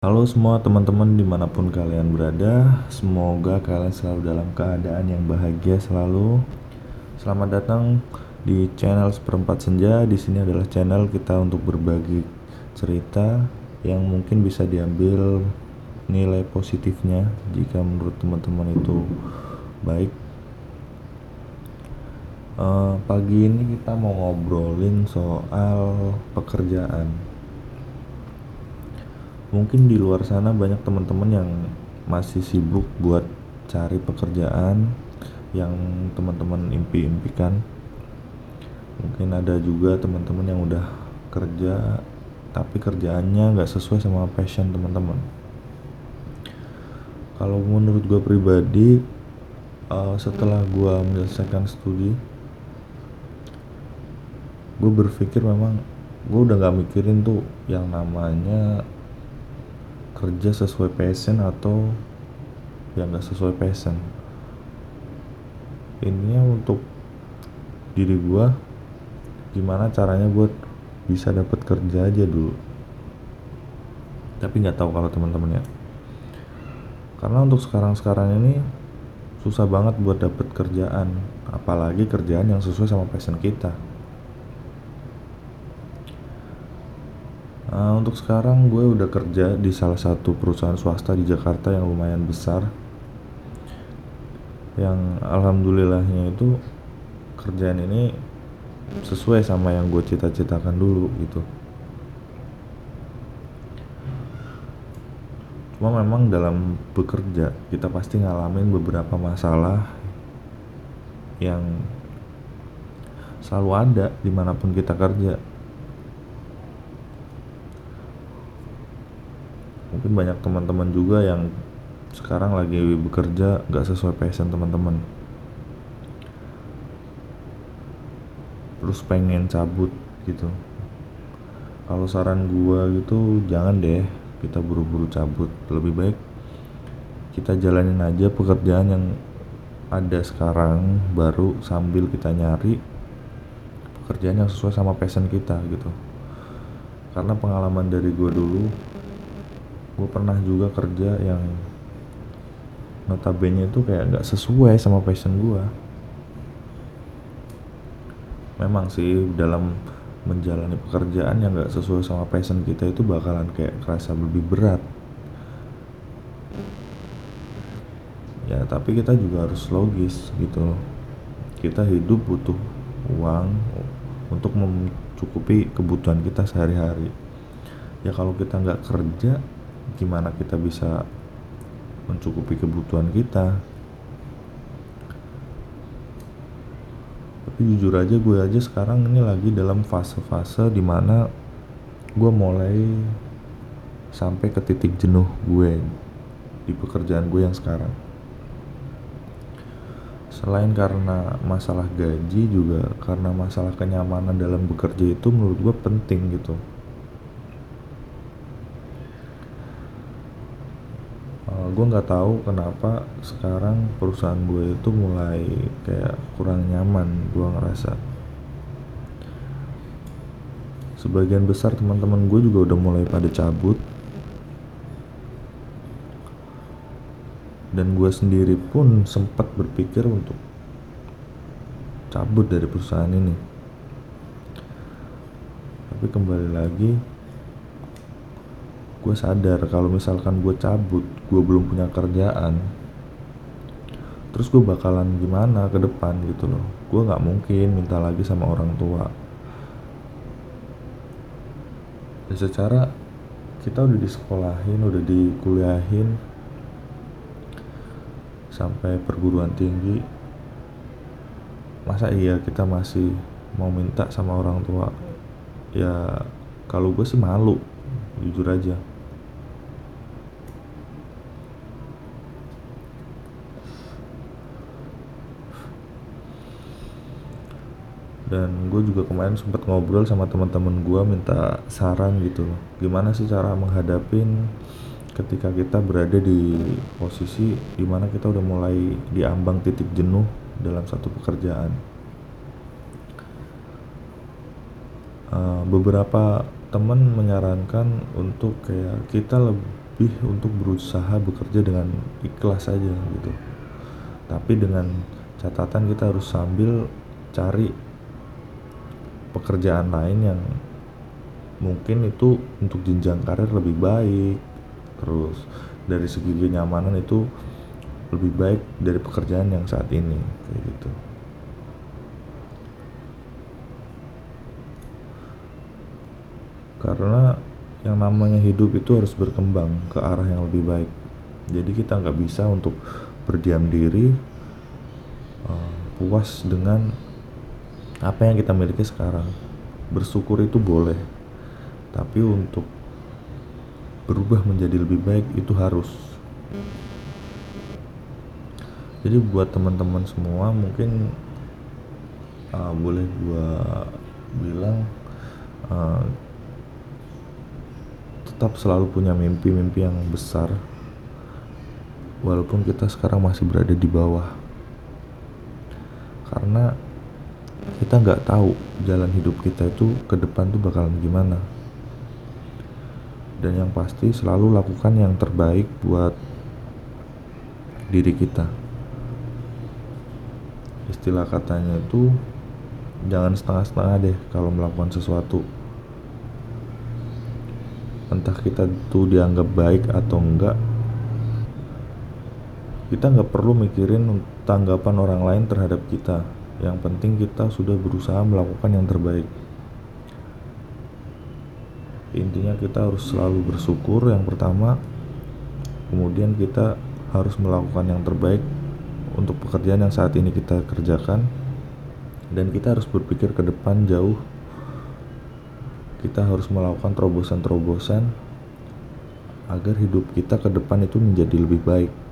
Halo semua teman-teman dimanapun kalian berada, semoga kalian selalu dalam keadaan yang bahagia selalu. Selamat datang di channel Seperempat Senja. Di sini adalah channel kita untuk berbagi cerita yang mungkin bisa diambil nilai positifnya jika menurut teman-teman itu baik. Pagi ini kita mau ngobrolin soal pekerjaan. Mungkin di luar sana banyak teman-teman yang masih sibuk buat cari pekerjaan yang teman-teman impi-impikan. Mungkin ada juga teman-teman yang udah kerja tapi kerjaannya nggak sesuai sama passion teman-teman. Kalau menurut gue pribadi, setelah gue menyelesaikan studi, gue berpikir memang gue udah nggak mikirin tuh yang namanya kerja sesuai passion atau yang nggak sesuai passion. Ininya untuk diri gue, gimana caranya buat bisa dapat kerja aja dulu. Tapi nggak tahu kalau teman-teman ya, karena untuk sekarang ini susah banget buat dapet kerjaan, apalagi kerjaan yang sesuai sama passion kita. Untuk sekarang gue udah kerja di salah satu perusahaan swasta di Jakarta yang lumayan besar, yang alhamdulillahnya itu kerjaan ini sesuai sama yang gue cita-citakan dulu gitu. Cuma memang dalam bekerja kita pasti ngalamin beberapa masalah yang selalu ada dimanapun kita kerja. Mungkin banyak teman-teman juga yang sekarang lagi bekerja gak sesuai passion teman-teman, terus pengen cabut gitu. Kalau saran gua gitu, jangan deh kita buru-buru cabut. Lebih baik kita jalanin aja pekerjaan yang ada sekarang baru sambil kita nyari pekerjaan yang sesuai sama passion kita gitu. Karena pengalaman dari gua dulu, gua pernah juga kerja yang notabene itu kayak gak sesuai sama passion gua. Memang sih dalam menjalani pekerjaan yang gak sesuai sama passion kita itu bakalan kayak kerasa lebih berat ya, tapi kita juga harus logis gitu loh. Kita hidup butuh uang untuk mencukupi kebutuhan kita sehari-hari. Ya kalau kita gak kerja, gimana kita bisa mencukupi kebutuhan kita? Tapi jujur aja, gue aja sekarang ini lagi dalam fase-fase dimana gue mulai sampai ke titik jenuh gue di pekerjaan gue yang sekarang. Selain karena masalah gaji, juga karena masalah kenyamanan dalam bekerja itu menurut gue penting gitu. Gue nggak tahu kenapa sekarang perusahaan gue itu mulai kayak kurang nyaman. Gue ngerasa sebagian besar teman-teman gue juga udah mulai pada cabut, dan gue sendiri pun sempat berpikir untuk cabut dari perusahaan ini. Tapi kembali lagi, gue sadar kalau misalkan gue cabut, gue belum punya kerjaan, terus gue bakalan gimana ke depan gitu loh. Gue gak mungkin minta lagi sama orang tua. Dan secara kita udah disekolahin, udah dikuliahin sampai perguruan tinggi, masa iya kita masih mau minta sama orang tua? Ya kalau gue sih malu, jujur aja. Dan gue juga kemarin sempat ngobrol sama teman-teman gue, minta saran gitu loh, gimana sih cara menghadapin ketika kita berada di posisi dimana kita udah mulai diambang titik jenuh dalam satu pekerjaan. Beberapa teman menyarankan untuk kayak kita lebih lebih untuk berusaha bekerja dengan ikhlas saja gitu. Tapi dengan catatan kita harus sambil cari pekerjaan lain yang mungkin itu untuk jenjang karir lebih baik, terus dari segi kenyamanan itu lebih baik dari pekerjaan yang saat ini kayak gitu. Karena yang namanya hidup itu harus berkembang ke arah yang lebih baik. Jadi kita nggak bisa untuk berdiam diri, puas dengan apa yang kita miliki sekarang. Bersyukur itu boleh, tapi untuk berubah menjadi lebih baik itu harus. Jadi buat teman-teman semua mungkin boleh gua bilang tetap selalu punya mimpi-mimpi yang besar walaupun kita sekarang masih berada di bawah, karena kita nggak tahu jalan hidup kita itu ke depan tuh bakalan gimana. Dan yang pasti selalu lakukan yang terbaik buat diri kita. Istilah katanya itu jangan setengah-setengah deh kalau melakukan sesuatu. Entah kita tuh dianggap baik atau enggak, kita nggak perlu mikirin tanggapan orang lain terhadap kita. Yang penting kita sudah berusaha melakukan yang terbaik. Intinya kita harus selalu bersyukur yang pertama, kemudian kita harus melakukan yang terbaik untuk pekerjaan yang saat ini kita kerjakan, dan kita harus berpikir ke depan jauh. Kita harus melakukan terobosan-terobosan agar hidup kita ke depan itu menjadi lebih baik.